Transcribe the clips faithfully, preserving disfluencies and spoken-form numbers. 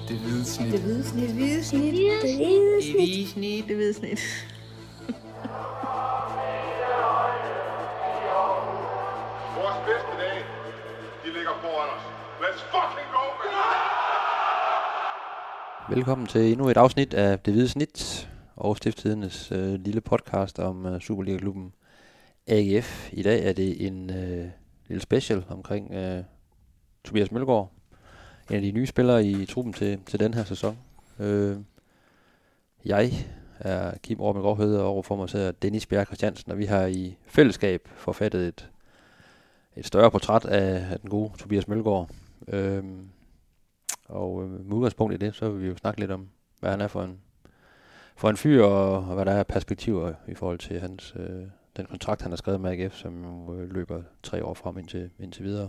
Det hvide snit. Det hvide snit. Det hvide snit. Det hvide snit. Det hvide snit. Det hvide snit. Vores bedste dage, de ligger foran os. Let's fucking go, man! Velkommen til endnu et afsnit af Det Hvide Snit, og Stiftstidendes øh, lille podcast om øh, Superliga-klubben A G F. I dag er det en øh, lille special omkring øh, Tobias Mølgaard, en af de nye spillere i truppen til, til den her sæson. Øh, jeg er Kim Orben Grovhede, og overfor mig sidder Dennis Bjerg Christiansen, og vi har i fællesskab forfattet et, et større portræt af, af den gode Tobias Mølgaard. Øh, Og øh, med udgangspunkt i det, så vil vi jo snakke lidt om, hvad han er for en, for en fyr, og, og hvad der er perspektiver i forhold til hans, øh, den kontrakt, han har skrevet med A G F, som jo øh, løber tre år frem indtil, indtil videre.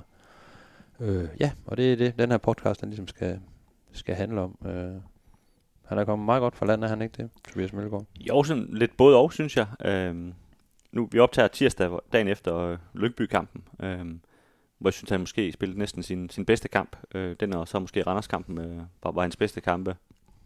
Øh, ja, og det er det, den her podcast, den ligesom skal, skal handle om. Øh, han er kommet meget godt fra landet, er han ikke det, Tobias Mølgaard? Jo, sådan lidt både og, synes jeg. Øhm, nu vi optager tirsdag, dagen efter øh, Lyngby-kampen, øhm, hvor jeg synes, han måske spillede næsten sin, sin bedste kamp. Øh, den og så måske Randers-kampen øh, var, var hans bedste kampe.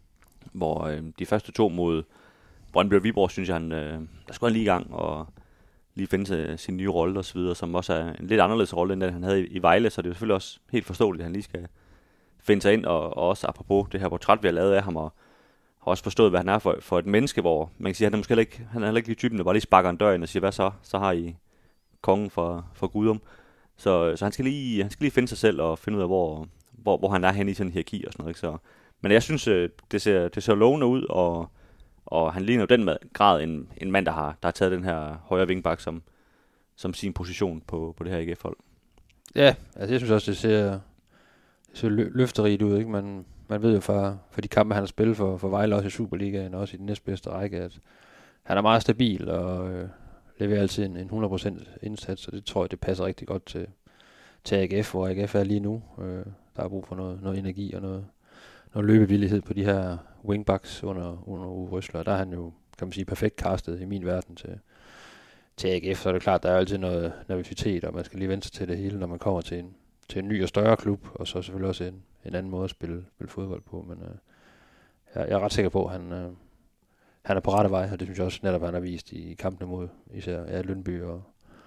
Hvor øh, de første to mod Brøndby og Viborg, synes jeg, han, øh, der skulle han lige i gang og lige finde sig, sin nye rolle og så videre, som også er en lidt anderledes rolle, end den han havde i, i Vejle, så det er jo selvfølgelig også helt forståeligt, at han lige skal finde sig ind, og, og også apropos det her portræt, vi har lavet af ham, og har også forstået, hvad han er for, for et menneske, hvor man kan sige, at han er måske heller ikke, han er heller ikke lige typen, der bare lige sparker en dør ind og siger, hvad så? Så har I kongen for, for Gudum. Så, så han, skal lige, han skal lige finde sig selv og finde ud af, hvor, hvor, hvor han er henne i sådan en hierarki og sådan noget. Ikke? Så, men jeg synes, det ser, det ser lovende ud, og, og han ligner jo den grad en, en mand, der har, der har taget den her højre vingbak som, som sin position på, på det her A G F-hold. Ja, altså jeg synes også, det ser, det ser lø- løfterigt ud. Ikke? Man, man ved jo fra, fra de kampe, han har spillet for, for Vejle, også i Superligaen, og også i den næstbedste række, at han er meget stabil, og øh, leverer altid en, en hundrede procent indsats, og det tror jeg, det passer rigtig godt til, til A G F, hvor A G F er lige nu. Øh, der er brug for noget, noget energi og noget, noget løbevillighed på de her wingbacks under, under Uwe Røsler. Der er han jo, kan man sige, perfekt castet i min verden til, til A G F, så er det klart, der er altid noget nervøsitet, og man skal lige vente sig til det hele, når man kommer til en, til en ny og større klub, og så selvfølgelig også en, en anden måde at spille, spille fodbold på, men øh, jeg, jeg er ret sikker på, at han... Øh, Han er på rette vej, og det synes jeg også netop, han har vist i kampene mod især ja, Lyngby og,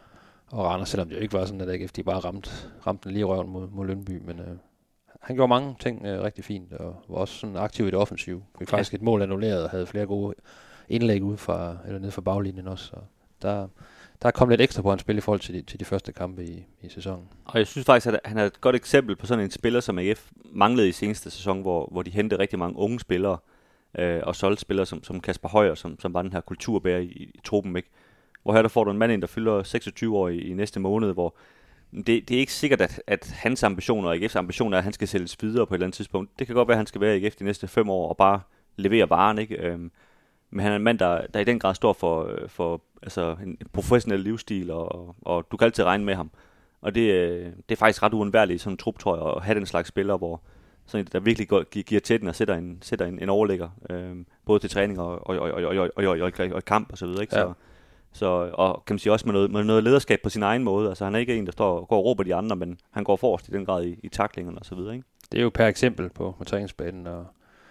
og Randers, selvom det jo ikke var sådan, at A G F de bare ramte, ramte den lige røven mod, mod Lyngby, men øh, han gjorde mange ting øh, rigtig fint, og var også sådan aktiv i det offensive. Fik ja. faktisk et mål annulleret og havde flere gode indlæg ud fra, eller ned fra baglinjen også, så der, der er kommet lidt ekstra på hans spil i forhold til de, til de første kampe i, i sæsonen. Og jeg synes faktisk, at han er et godt eksempel på sådan en spiller, som A G F manglede i seneste sæson, hvor, hvor de hentede rigtig mange unge spillere, Øh, og solgte spillere som, som Kasper Højer, som, som var den her kulturbærer i, i, i truppen, ikke? Hvor her der får du en mand ind, der fylder seksogtyve år i, i næste måned, hvor det, det er ikke sikkert, at, at hans ambitioner og A G F's ambitioner er, at han skal sælges videre på et eller andet tidspunkt. Det kan godt være, at han skal være i A G F de næste fem år og bare levere varen, ikke? Øhm, men han er en mand, der, der i den grad står for, for altså, en professionel livsstil, og, og du kan altid regne med ham. Og det, det er faktisk ret uundværligt i sådan en trup, tror jeg, at have den slags spillere, hvor sådan der virkelig går, gi- giver til den og sætter en, sætter en, en overlægger, øh, både til træning og, og, og, og, og, og, og, og, og kamp og så videre, ikke? Ja. Så, så, og kan man sige også med noget, med noget lederskab på sin egen måde. Altså han er ikke en, der står og går og råber de andre, men han går forrest i den grad i, i taklingerne og så videre, ikke? Det er jo per eksempel på, på træningsbanen og,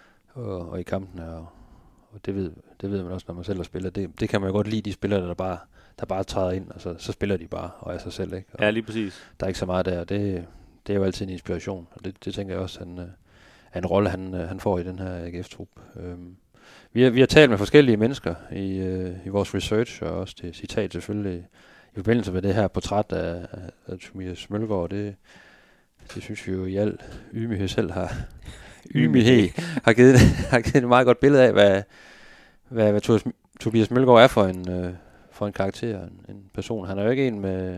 og, og i kampene, og, og det, ved, det ved man også, når man selv har spillet. Det, det kan man jo godt lide, de spillere, der bare, der bare træder ind, og så, så spiller de bare og er sig selv, ikke? Og ja, lige præcis. Der er ikke så meget der, det, det er jo altid en inspiration, og det, det tænker jeg også, han... er en rolle, han, han får i den her A G F-trup. Øhm, vi, har, vi har talt med forskellige mennesker i, øh, i vores research, og også til citat selvfølgelig, i forbindelse med det her portræt af, af Tobias Mølgaard. Det, det synes vi jo i al ydmyghed selv har, ydmyghed, har, givet, har givet et meget godt billede af, hvad, hvad, hvad Tobias, Tobias Mølgaard er for en, øh, for en karakter, en, en person. Han er jo ikke en, med,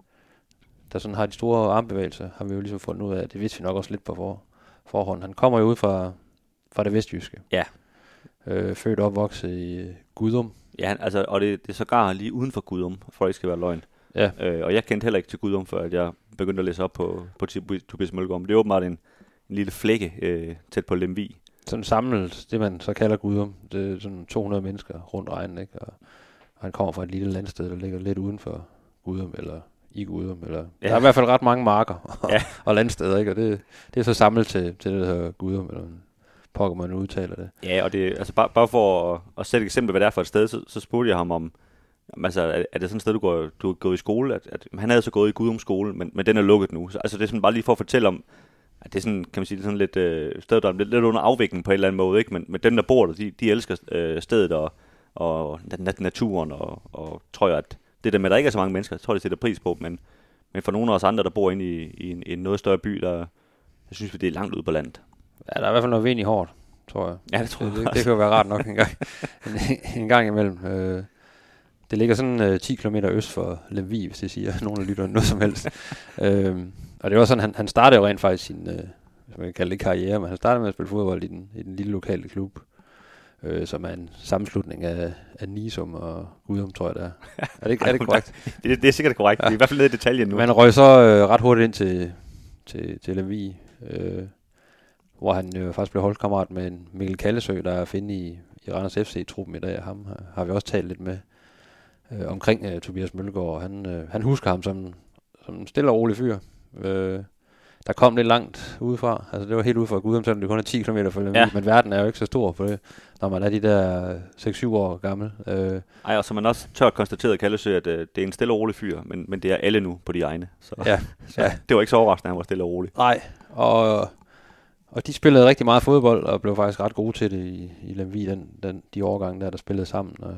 der sådan har de store armbevægelser, har vi jo ligesom fundet ud af. Det vidste vi nok også lidt på for. forhånd. Han kommer jo ud fra, fra det vestjyske. Ja. Øh, født og opvokset i Gudum. Ja, altså, og det, det er sågar lige uden for Gudum, for det skal være løgn. Ja. Øh, og jeg kendte heller ikke til Gudum, før at jeg begyndte at læse op på, på Tobias Mølgaard. Det er åbenbart en, en lille flække øh, tæt på Lemvig. Sådan samlet, det man så kalder Gudum. Det er sådan to hundrede mennesker rundt regnen, ikke? Og, og han kommer fra et lille landsted, der ligger lidt uden for Gudum, eller i Gudum, eller ja. Der er i hvert fald ret mange marker og, ja. og landsteder, ikke? Og det, det er så samlet til, til det her Gudum, eller en, pokker man udtaler det. Ja, og det, altså bare, bare for at, at sætte et eksempel, hvad det er for et sted, så, så spurgte jeg ham om, altså, er, er det sådan et sted, du går, du er gået i skole? At, at, han havde så gået i Gudum skole, men, men den er lukket nu. Så, altså det er sådan bare lige for at fortælle om, at det er sådan, kan man sige, sådan lidt øh, sted, der er lidt, lidt under afvikling på en eller anden måde, ikke? Men, men dem, der bor der, de, de elsker øh, stedet og, og naturen, og, og tror jeg, at det der med, at der ikke er så mange mennesker, jeg tror, det sætter pris på, men, men for nogle af os andre, der bor inde i, i, en, i en noget større by, der, der synes vi, det er langt ude på landet. Ja, der er i hvert fald noget vind i hårdt, tror jeg. Ja, det tror jeg Det, det, det kan jo være rart nok en gang, en, en gang imellem. Øh, det ligger sådan øh, ti kilometer øst for Lemvig, hvis det siger nogen, der lytter noget som helst. øh, og det var sådan, han, han startede jo rent faktisk sin, øh, hvis man kan kalde det karriere, men han startede med at spille fodbold i den, i den lille lokale klub, øh, som er en sammenslutning af, af Nisum og Gudum, tror jeg det er. Er det, er det korrekt? det, det er sikkert korrekt. Ja. Det er i hvert fald nede i detaljen nu. Man røg så øh, ret hurtigt ind til, til, til Lemvig, øh, hvor han øh, faktisk blev holdkammerat med en Mikkel Kallesø, der er at finde i, i Randers F C-truppen i dag. Ham har, har vi også talt lidt med øh, omkring øh, Tobias Mølgaard, og han, øh, han husker ham som, som en stille og rolig fyr. Øh, der kom lidt langt udefra. Altså det var helt ude fra Gudum, selvom det kun er ti kilometer fra Lemvig, ja. Men verden er jo ikke så stor for det, når man er de der seks syv år gammel. Øh. Ej, og så man også tørt konstateret at Kallesø, at øh, det er en stille og rolig fyr, men, men det er alle nu på de egne. Så, ja. så ja. Det var ikke så overraskende, at han var stille og rolig. Nej, og, og de spillede rigtig meget fodbold, og blev faktisk ret gode til det i, i Lemvig, den, den, de årgange der, der spillede sammen. Og,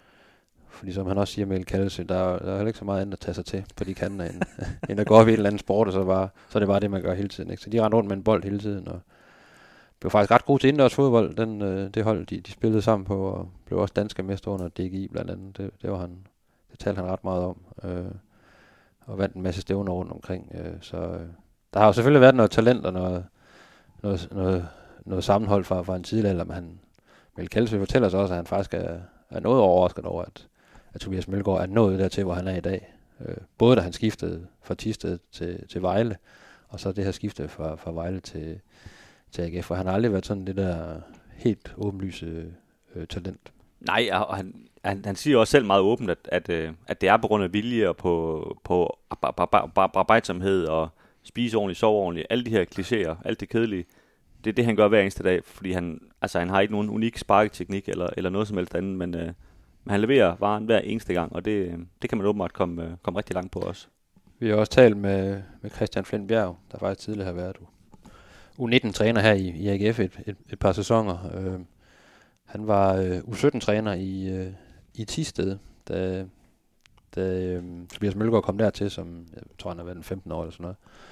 fordi som han også siger, Mikkel Kallesø, der, der er heller ikke så meget andet at tage sig til på de kanter, end, end at gå op i et eller andet sport, og så, bare, så er det bare det, man gør hele tiden. Ikke? Så de rendte rundt med en bold hele tiden, og blev faktisk ret gode til indendørs fodbold, den, øh, det hold, de, de spillede sammen på, og blev også danske mester under D G I blandt andet. Det, det, var han, det talte han ret meget om, øh, og vandt en masse stævner rundt omkring. Øh, så øh, der har jo selvfølgelig været noget talent og noget, noget, noget, noget sammenhold fra, fra en tidligere alder, men han, Mikkel Kallesø fortæller så også, at han faktisk er, er noget overrasket over, at at Tobias Mølgaard er nået dertil, hvor han er i dag. Øh, både da han skiftede fra Thisted til, til Vejle, og så det her skifte fra, fra Vejle til, til A G F, for han har aldrig været sådan det der helt åbenlyse øh, talent. Nej, og han, han, han siger også selv meget åbent, at, at, at det er på grund af vilje og på, på arbejdsomhed og spise ordentligt, sove ordentligt, alle de her klichéer, alt det kedelige. Det er det, han gør hver eneste dag, fordi han, altså, han har ikke nogen unik sparketeknik eller, eller noget som helst andet, men... Øh, Men han leverer varen hver eneste gang, og det, det kan man åbenbart komme, komme rigtig langt på også. Vi har også talt med, med Christian Flint Bjerg, der faktisk tidligere har været U nitten-træner her i, i A G F et, et, et par sæsoner. Øh, han var øh, U sytten-træner i, øh, i Thisted, da, da øh, Tobias Mølgaard kom dertil, som jeg tror han har været femten år eller sådan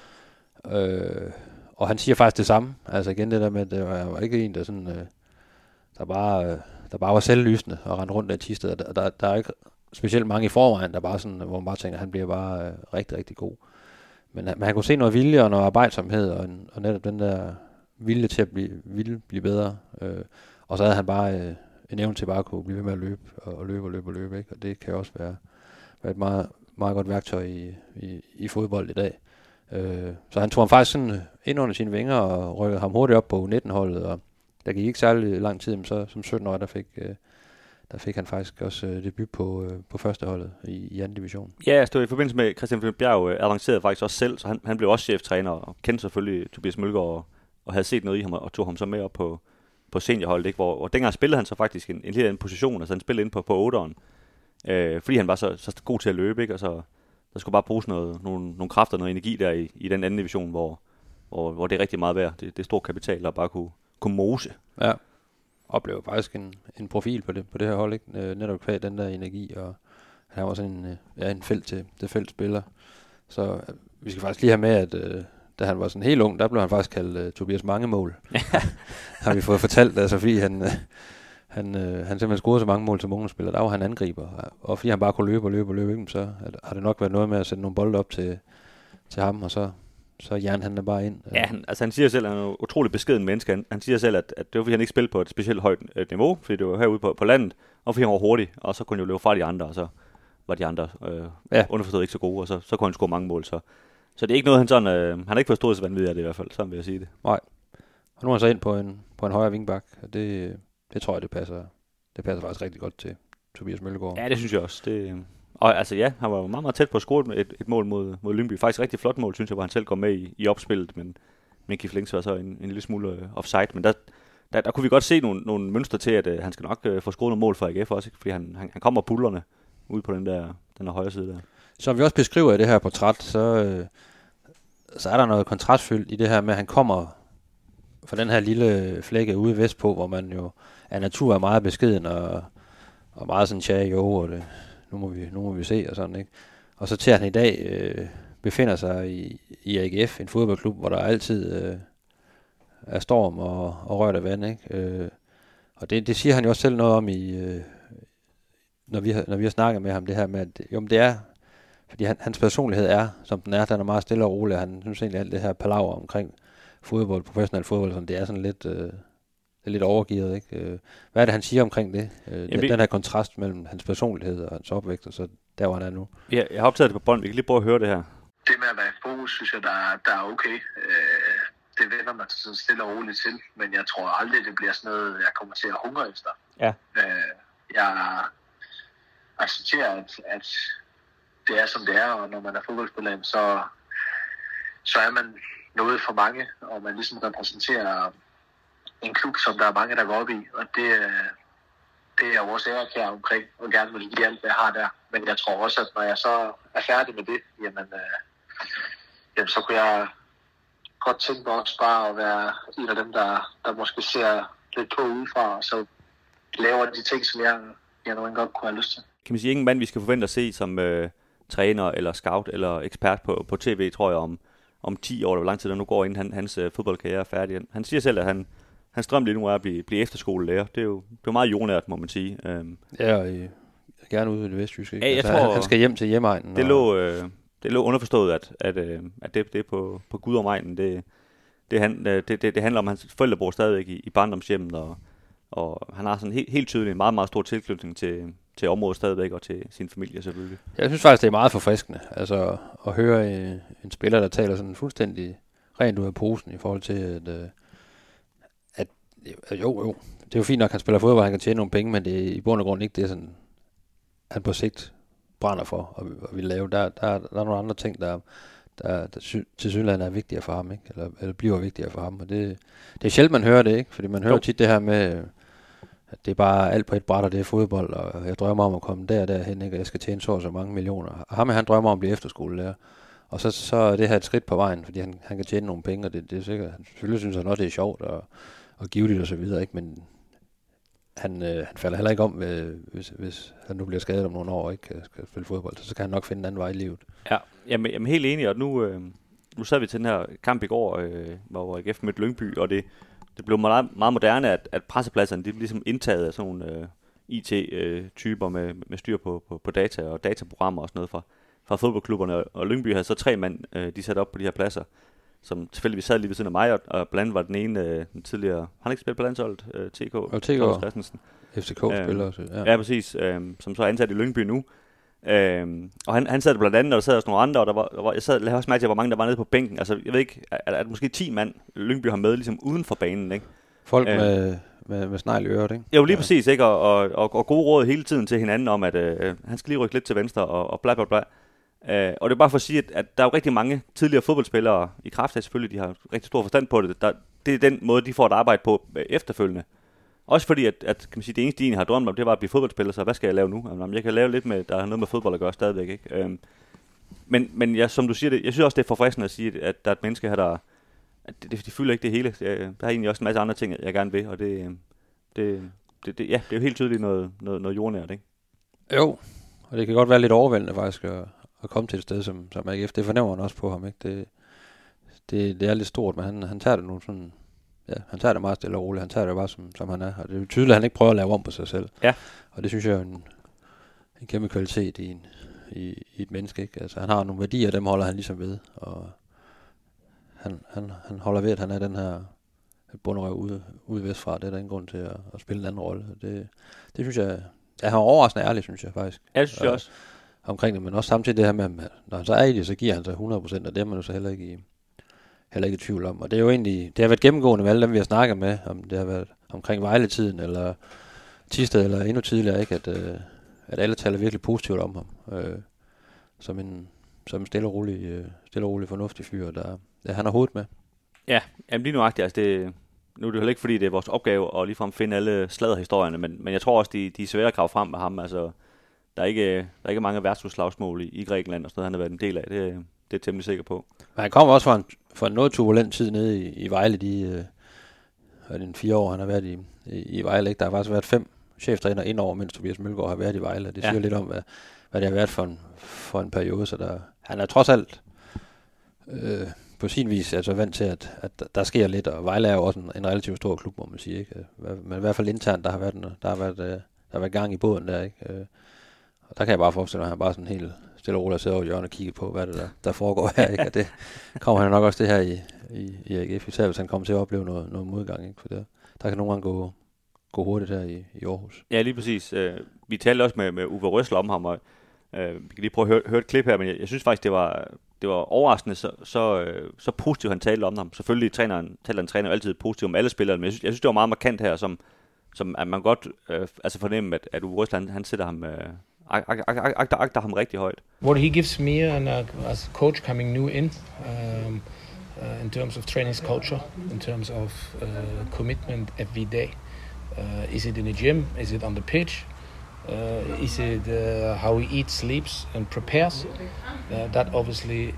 noget. Øh, og han siger faktisk det samme. Altså igen det der med, at det var, var ikke en, der sådan, øh, der bare... Øh, der bare var selvlysende og rendte rundt af Thisted, og der, der, der er ikke specielt mange i forvejen, der bare sådan, hvor man bare tænker, at han bliver bare øh, rigtig, rigtig god. Men, men han kunne se noget vilje og noget arbejdsomhed, og, en, og netop den der vilje til at blive, ville blive bedre. Øh, og så havde han bare øh, en evne til bare at kunne blive ved med at løbe, og, og løbe og løbe og løbe, ikke? Og det kan også være, være et meget, meget godt værktøj i, i, i fodbold i dag. Øh, så han tog ham faktisk sådan ind under sine vinger og rykkede ham hurtigt op på U nitten-holdet, og der gik ikke særlig lang tid, men så som sytten-årig, der fik, øh, der fik han faktisk også øh, debut på, øh, på førsteholdet i, i anden division. Ja, jeg stod i forbindelse med Christian Flint Bjerg, øh, avancerede faktisk også selv, så han, han blev også cheftræner og kendte selvfølgelig Tobias Mølgaard og, og havde set noget i ham og, og tog ham så med op på, på seniorholdet, ikke? Hvor, hvor dengang spillede han så faktisk en, en helt anden position, altså han spillede ind på, på otteren, øh, fordi han var så, så god til at løbe, ikke? Og så der skulle bare bruges noget, nogle, nogle kræfter, noget energi der i, i den anden division, hvor, hvor, hvor det er rigtig meget værd. Det, det er stor kapital at bare kunne kunne mose. Ja, oplever faktisk en, en profil på det, på det her hold, ikke? Øh, netop kvæg den der energi, og han var sådan en, ja, en felt til det feltspiller. Så øh, vi skal faktisk lige have med, at øh, da han var sådan helt ung, der blev han faktisk kaldt øh, Tobias Mangemål. Har vi fået fortalt, altså fordi han, øh, han, øh, han simpelthen scorede så mange mål som ungdomsspiller. Der var han angriber, og fordi han bare kunne løbe og løbe og løbe, ikke? Så har det nok været noget med at sætte nogle bolde op til, til ham, og så så jern han er bare ind. Ja, han, altså han siger selv, at han er en utrolig beskeden menneske. Han, han siger selv, at, at det var fordi han ikke spillede på et specielt højt øh, niveau, fordi det var herude på, på landet, og fordi han var hurtig, og så kunne han jo løbe fra de andre, og så var de andre øh, ja. underforstået ikke så gode, og så, så kunne han score mange mål. Så, så det er ikke noget, han sådan, øh, han har ikke forstået så vanvittigt af det i hvert fald, sådan vil jeg sige det. Nej, og nu er han så ind på en, på en højre vingbak, og det, det tror jeg, det passer, det passer faktisk rigtig godt til Tobias Mølgaard. Ja, det synes jeg også. Det, og altså ja, han var meget, meget tæt på at score et, et mål mod, mod Lyngby. Faktisk rigtig flot mål, synes jeg, hvor han selv går med i, i opspillet, men, men Kif Links var så en, en lille smule offside. Men der, der, der kunne vi godt se nogle, nogle mønstre til, at øh, han skal nok øh, få skruet nogle mål for A G F også, ikke? Fordi han, han, han kommer pullerne ud på den der, den der højre side der. Som vi også beskriver i det her portræt, så, øh, så er der noget kontrastfyldt i det her med, at han kommer fra den her lille flække ude vestpå, hvor man jo af natur er meget beskeden og, og meget sådan, tja, jo, og det, nu, må vi, nu må vi se og sådan, ikke? Og så til at han i dag øh, befinder sig i, i A G F, en fodboldklub, hvor der altid øh, er storm og, og rørt af vand, ikke? Øh, og det, det siger han jo også selv noget om, i, øh, når, vi har, når vi har snakket med ham, det her med, at jo, men det er, fordi han, hans personlighed er, som den er, den er meget stille og rolig, han synes egentlig, alt det her palaver omkring fodbold, professionel fodbold, sådan, det er sådan lidt, øh, det er lidt overgivet, ikke? Øh, hvad er det, han siger omkring det? Øh, Jamen, den, den her kontrast mellem hans personlighed og hans opvækst, og så der, hvor han er nu. Ja, jeg har optaget det på bånd, vi kan lige prøve at høre det her. Det med at være i fokus, synes jeg, der, der er okay. Øh, det vender man sådan stille og roligt til, men jeg tror aldrig, det bliver sådan noget, jeg kommer til at hungre efter. Ja. Øh, jeg accepterer, at, at det er, som det er, og når man er fodboldspiller, så, så er man noget for mange, og man ligesom repræsenterer en klub, som der er mange, der går op i, og det, det er vores ærekær omkring, og gerne vil give alt, hvad jeg har der. Men jeg tror også, at når jeg så er færdig med det, jamen, øh, jamen så kunne jeg godt tænke mig også bare at være en af dem, der, der måske ser lidt på udefra, og så laver de ting, som jeg, jeg nu godt kunne have lyst til. Kan man sige, ingen mand, vi skal forvente at se som øh, træner, eller scout, eller ekspert på, på tv, tror jeg, om om ti år, eller hvor lang tid der nu går, inden han, hans øh, fodboldkarriere er færdig. Han siger selv, at han, hans drøm lige nu er at blive, blive efterskolelærer. Det er jo det er meget jordnært, må man sige. Um, ja, og i, gerne ude i det vestjyske. Ja, jeg altså, tror, han, han skal hjem til hjemegnen. Det, og... lå, øh, det lå underforstået, at, at, øh, at det, det er på, på Gudumegnen. Det, det, han, det, det, det handler om, at hans forældre bor stadigvæk i, i barndomshjemmet, og, og han har sådan helt, helt tydeligt en meget, meget stor tilknytning til, til området stadigvæk, og til sin familie selvfølgelig. Jeg synes faktisk, det er meget forfriskende altså, at høre en, en spiller, der taler sådan fuldstændig rent ud af posen i forhold til, at, at, at jo, jo, det er jo fint nok, at han spiller fodbold, han kan tjene nogle penge, men det er i bund og grund ikke det, sådan, han på sigt brænder for og, og vil lave. Der, der, der er nogle andre ting, der, der, der sy- til synligheden er vigtigere for ham, ikke? Eller, eller bliver vigtigere for ham. Og det, det er sjældent, man hører det, ikke? Fordi man hører jo tit det her med, at det er bare alt på et bræt, og det er fodbold, og jeg drømmer om at komme der og derhen, ikke? Og jeg skal tjene så og så mange millioner. Og ham, han drømmer om at blive efterskolelærer. Og så, så er det her et skridt på vejen, fordi han, han kan tjene nogle penge, og det, det er sikkert, han selvfølgelig synes han også, det er sjovt og, og givetigt og så videre, ikke? Men han, øh, han falder heller ikke om, øh, hvis, hvis han nu bliver skadet om nogle år og ikke kan, skal spille fodbold, så, så kan han nok finde en anden vej i livet. Ja, jamen, jamen helt enig, og nu, øh, nu sad vi til den her kamp i går, øh, hvor A G F mødte Lyngby, og det, det blev meget, meget moderne, at, at pressepladserne, de blev ligesom indtaget af sådan nogle øh, I T-typer med, med styr på, på, på data og dataprogrammer og sådan noget fra, fra fodboldklubberne, og Lyngby havde så tre mand, øh, de satte op på de her pladser, som tilfældigvis sad lige ved siden af mig, og, og blandt andet var den ene, øh, den tidligere, han har ikke spillet på landsholdet, øh, T K, og T K Christensen. F C K-spiller øh, også, ja. Ja, præcis, øh, som så er ansat i Lyngby nu. Øh, og han, han sad blandt andet, og der sad også nogle andre, og der var, der var jeg sad, lavede også mærke til, hvor mange der var nede på bænken. Altså, jeg ved ikke, er, er der måske ti mand, Lyngby har med, ligesom uden for banen, ikke? Folk øh, med, med, med snegl i øret, ikke? Jo, lige ja. Præcis, ikke? Og, og, og, og gode råd hele tiden til hinanden om, at øh, han skal lige rykke lidt til venstre, og, og bla bla bla. Øh, og det er bare for at sige, at, at der er jo rigtig mange tidligere fodboldspillere i kraft af, selvfølgelig, de har rigtig stor forstand på det. Der, det er den måde, de får et arbejde på øh, efterfølgende. Også fordi, at, at kan man sige, det eneste, de egentlig har drømt om, det var at blive fodboldspiller, så hvad skal jeg lave nu? Jamen, jeg kan lave lidt med, der har noget med fodbold at gøre stadigvæk, ikke? Øhm, men men ja, som du siger, det, jeg synes også, det er forfriskende at sige, at der er et menneske her, der at det, det, de fylder ikke det hele. Jeg, der er egentlig også en masse andre ting, jeg gerne vil, og det, det, det, det, ja, det er jo helt tydeligt noget, noget, noget jordnært, ikke? Jo, og det kan godt være lidt overvældende faktisk at, at komme til et sted som, som A G F. Det fornemmer han også på ham, ikke? Det, det, det er lidt stort, men han, han tager det nu sådan... Ja, han tager det meget stille og roligt. Han tager det bare som, som han er. Og det er jo tydeligt, at han ikke prøver at lave om på sig selv. Ja. Og det synes jeg er en, en kæmpe kvalitet i, en, i, i et menneske, ikke? Altså, han har nogle værdier, dem holder han ligesom ved. Og han, han, han holder ved, at han er den her bunderøv ude, ude vestfra. Det er der ingen grund til at, at spille en anden rolle. Det, det synes jeg... Ja, han er overraskende ærlig, synes jeg faktisk. Ja, det synes jeg også. Omkring det, men også samtidig det her med, at når han så er i det, så giver han sig hundrede procent, og det er man jo så heller ikke i... heller ikke i tvivl om. Og det er jo egentlig, det har været gennemgående med alle dem, vi har snakket med, om det har været omkring Vejle-tiden, eller Thisted, eller endnu tidligere, ikke? At, øh, at alle taler virkelig positivt om ham. Øh, som en, som en stille og rolig, øh, stille og rolig fornuftig fyr, der ja, han har hovedet med. Ja, jamen lige nuagtigt, altså det, nu er det heller ikke, fordi det er vores opgave at ligefrem finde alle sladderhistorierne, men, men jeg tror også, de, de er svære at grave frem med ham. Altså, der er ikke, der er ikke mange værtshusslagsmål i, i Grækenland og sådan noget, han har været en del af. Det, det er jeg temmelig sikker på. Men han kommer også fra en, fra en noget turbulent tid nede i, i Vejle. De øh, den fire år, han har været i, i, i Vejle. Ikke? Der har faktisk været fem cheftræner indover, mens Tobias Mølgaard har været i Vejle. Det siger ja. lidt om, hvad, hvad det har været for en, for en periode. Så der, han er trods alt øh, på sin vis altså vant til, at, at der sker lidt. Og Vejle er jo også en, en relativt stor klub, må man sige. Ikke? Men i hvert fald internt, der har været, der har været, der har været gang i båden der. Ikke? Og der kan jeg bare forestille mig, at han bare sådan helt stille og roligt sidder over hjørnet og kigger på, hvad det der, der foregår her. Ikke? Og det kommer han nok også det her i, i, i A G F, især hvis han kommer til at opleve noget, noget modgang. Ikke? For der, der kan nogle gange gå, gå hurtigt her i, i Aarhus. Ja, lige præcis. Øh, vi talte også med, med Uwe Røsler om ham, og øh, vi kan lige prøve at høre, høre et klip her, men jeg, jeg synes faktisk, det var, det var overraskende, så, så, øh, så positivt han talte om ham. Selvfølgelig træneren, taler en træner altid positivt om alle spillere, men jeg synes, jeg synes det var meget markant her, som, som at man godt øh, altså fornemme, at, at Uwe Røsler, han, han sætter ham... Øh, agter, agter ham rigtig højt. What he gives me and uh, as a coach coming new in um, uh, in terms of training culture, in terms of uh, commitment every day. Uh, is it in the gym? Is it on the pitch? Uh, is it uh, how he eats, sleeps and prepares? Uh, that obviously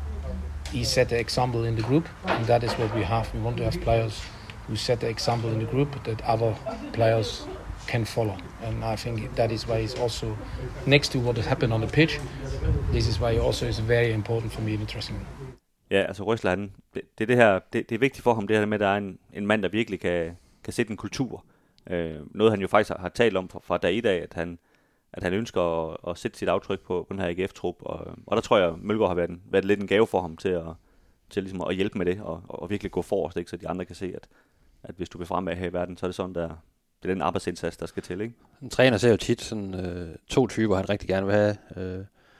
he set the example in the group, and that is what we have. We want to have players who set the example in the group that other players can follow, and I think that is why it's also next to what has happened on the pitch. This is why it also is very important for me in the dressing room. Ja, altså Røsler, han, det, det, det her, det, det er vigtigt for ham, det her med, at der er en, en mand, der virkelig kan, kan sætte en kultur. Øh, noget han jo faktisk har, har talt om fra, fra dag et af, at han, at han ønsker at, at sætte sit aftryk på, på den her A G F-trup, og, og der tror jeg, Mølgaard har været, en, været lidt en gave for ham til at, til ligesom at hjælpe med det, og, og virkelig gå forrest, ikke? Så de andre kan se, at, at hvis du vil fremad her i verden, så er det sådan, der det er den arbejdsindsats, der skal til, ikke? En træner ser jo tit sådan øh, to typer, han rigtig gerne vil have øh,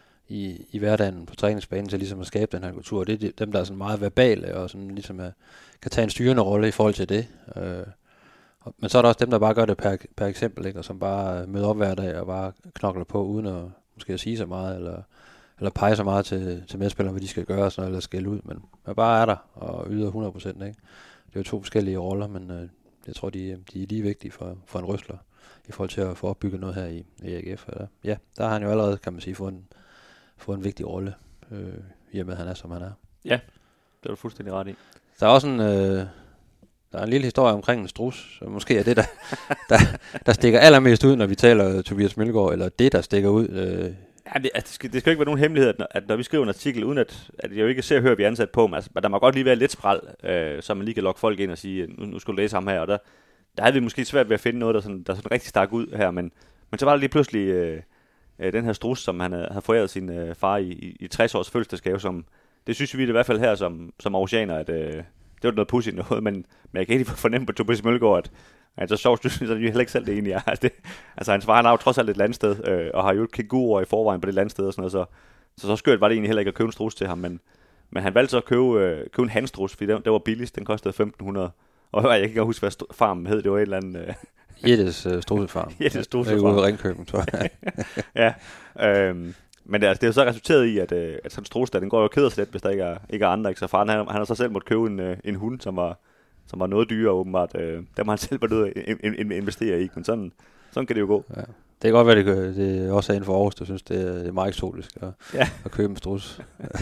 i, i hverdagen på træningsbanen til ligesom at skabe den her kultur. Det er dem, der er sådan meget verbale og sådan ligesom er, kan tage en styrende rolle i forhold til det. Øh, og, men så er der også dem, der bare gør det per, per eksempel, ikke? Og som bare møder op hver dag og bare knokler på, uden at måske at sige så meget, eller, eller pege så meget til, til medspillere, hvad de skal gøre, sådan noget, eller skælde ud. Men man bare er der og yder hundrede procent, ikke? Det er jo to forskellige roller, men... Øh, jeg tror, de, de er lige vigtige for, for en Røsler i forhold til at få opbygget noget her i, i A G F. Og ja, der har han jo allerede, kan man sige, fået en, fået en vigtig rolle, øh, i og med, at han er, som han er. Ja, det er du fuldstændig ret i. Der er også en, øh, der er en lille historie omkring en strus, som måske er det, der, der, der stikker allermest ud, når vi taler Tobias Mølgaard, eller det, der stikker ud. Øh. Ja, det, altså, det, skal, det skal ikke være nogen hemmelighed, at når, at når vi skriver en artikel, uden at, at jeg jo ikke ser og hører, at vi er ansat på, men altså, der må godt lige være lidt spræl, øh, så man lige kan lokke folk ind og sige, nu, nu skal du læse ham her, og der, der havde vi måske svært ved at finde noget, der sådan, der sådan rigtig stak ud her, men, men så var der lige pludselig øh, øh, den her strus, som han havde foræret sin øh, far i, i, i tres års fødselsdagsgave, som det synes vi i hvert fald her som, som aarhusianer, at øh, det var noget pudsigt noget, men, men jeg kan ikke fornemme på Tobias Mølgaard, at han så sjovt, synes jeg heller ikke selv det egentlig er. Altså, det, altså hans far, han har jo trods alt et landsted, øh, og har jo et kænguru i forvejen på det landsted og sådan noget, så, så så skørt var det egentlig heller ikke at købe en strus til ham, men, men han valgte så at købe, øh, købe en handstrus, fordi den, den var billigst, den kostede femten hundrede. Og jeg kan ikke huske, hvad st- farmen hed, det var et eller andet... Øh... Jettes øh, strusefarm. Jettes strusefarm. Det er ude i Ringkøben, tror jeg. Ja, øhm, men det, altså, det er jo så resulteret i, at, øh, at sådan en strus der, den går jo keder sig lidt, hvis der ikke er, ikke er andre. Ikke? Så faren, han, han har så selv måtte købe en, øh, en hund, som var, som var noget dyrere åbenbart. Øh, der må han selv bare nødt at investere i, men sådan, sådan kan det jo gå. Ja. Det kan godt være, det, det også er inden for Aarhus, der synes, det er, det er meget eksotisk at, ja. at købe en strus.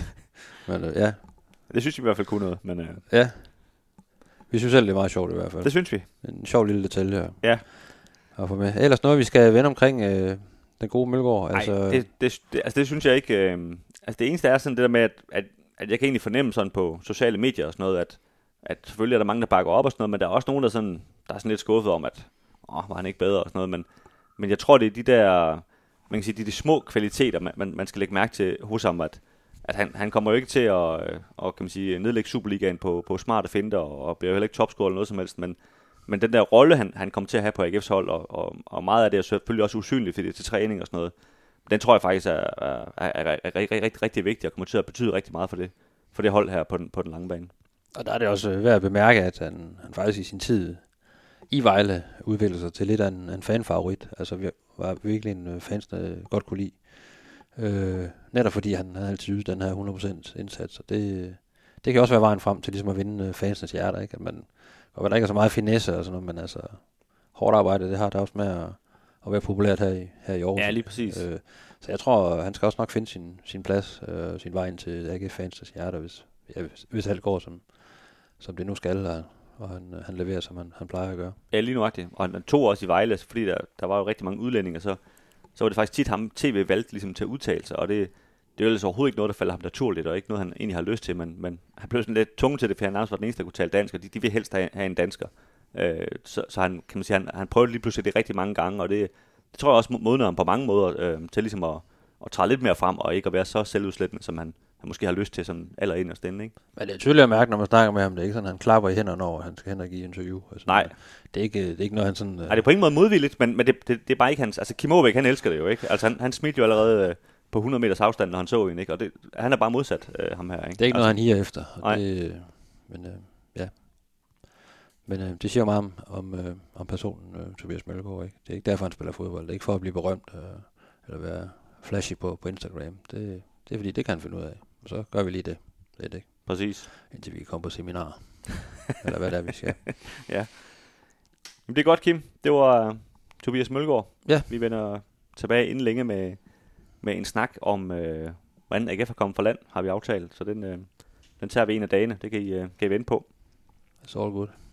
Men øh, ja. Det synes vi i hvert fald kunne noget. Men, øh... ja. Vi synes selv, det er meget sjovt i hvert fald. Det synes vi. En sjov lille detalje her. Ja. At få med. Ellers noget, vi skal vende omkring øh, den gode Mølgaard. Nej, altså... det, det, det, altså det synes jeg ikke. Øh, altså det eneste er sådan det der med, at, at, at jeg kan egentlig fornemme sådan på sociale medier og sådan noget, at, at selvfølgelig er der mange, der bakker op og sådan noget, men der er også nogen, der, sådan, der er sådan lidt skuffet om, at åh, var han ikke bedre og sådan noget. Men, men jeg tror, det er de der, man kan sige, de, de små kvaliteter, man, man, man skal lægge mærke til hos ham, at at han, han kommer jo ikke til at og, kan man sige, nedlægge Superligaen på, på smarte finter, og bliver jo heller ikke topscorer eller noget som helst, men, men den der rolle, han, han kommer til at have på A G F's hold, og, og, og meget af det er selvfølgelig også usynligt, fordi det er til træning og sådan noget, den tror jeg faktisk er, er, er, er, er rigtig, rigtig, rigtig vigtig, og kommer til at betyde rigtig meget for det, for det hold her på den, på den lange bane. Og der er det også værd at bemærke, at han, han faktisk i sin tid i Vejle udviklede sig til lidt af en, en fanfavorit, altså vi var virkelig en fans, der godt kunne lide. Øh, netop fordi han havde altid ydet den her hundrede procent indsats, og det, det kan også være vejen frem til ligesom at vinde fansens hjerter, ikke? At man og der ikke er så meget finesse og sådan noget, men altså, hårdt arbejde, det har det også med at, at være populært her i, her i Aarhus. Ja, lige præcis. Øh, så jeg tror, han skal også nok finde sin, sin plads, øh, sin vej ind til A G F-fans hjerter, hvis, ja, hvis, hvis alt går, som, som det nu skal, og, og han, han leverer, som han, han plejer at gøre. Ja, lige nuagtigt. Og han tog også i Vejle, fordi der, der var jo rigtig mange udlændinge, så, så var det faktisk tit ham, T V valgte ligesom til at udtale sig, og det, det er jo altså overhovedet ikke noget, der falder ham naturligt, og ikke noget, han egentlig har lyst til, men, men han blev sådan lidt tung til det, for han nærmest var den eneste, der kunne tale dansk, og de, de vil helst have, have en dansker. Øh, så, så han, kan man sige, han, han prøvede lige pludselig det rigtig mange gange, og det, det tror jeg også modner ham på mange måder øh, til ligesom at, at træde lidt mere frem, og ikke at være så selvudslættende, som han, han måske har lyst til sådan allerinderst inde, ikke? Men det er tydeligt at mærke, når man snakker med ham, det er ikke sådan, han klapper i hænderne over, at han skal hen og give interview. Altså, Nej. Det er, ikke, det er ikke noget, han sådan... Nej, det er på ingen måde modvilligt, men, men det, det, det er bare ikke hans... Altså, Kim Aabæk, han elsker det jo, ikke? Altså, han, han smilte jo allerede øh, på hundrede meters afstand, når han så en, ikke? Og det, han er bare modsat øh, ham her, ikke? Det er ikke altså, noget, han higer efter. Nej. Det, men øh, ja. Men øh, det siger meget om, om, øh, om personen, øh, Tobias Mølgaard, ikke? Det er ikke derfor, han spiller fodbold. Det er ikke for at blive berømt, øh, eller være flashy på, på Instagram. Det, det er fordi, det kan han finde ud af. Og så gør vi lige det. Lidt, ikke? Præcis. Indtil vi kommer på seminar. Eller hvad det er, vi skal. Ja. Men det er godt, Kim. Det var uh, Tobias Mølgaard. Ja. Vi vender tilbage inden længe med, med en snak om, uh, hvordan A G F er kommet fra land, har vi aftalt. Så den, uh, den tager vi en af dagene. Det kan I, uh, kan I vente på. It's all good.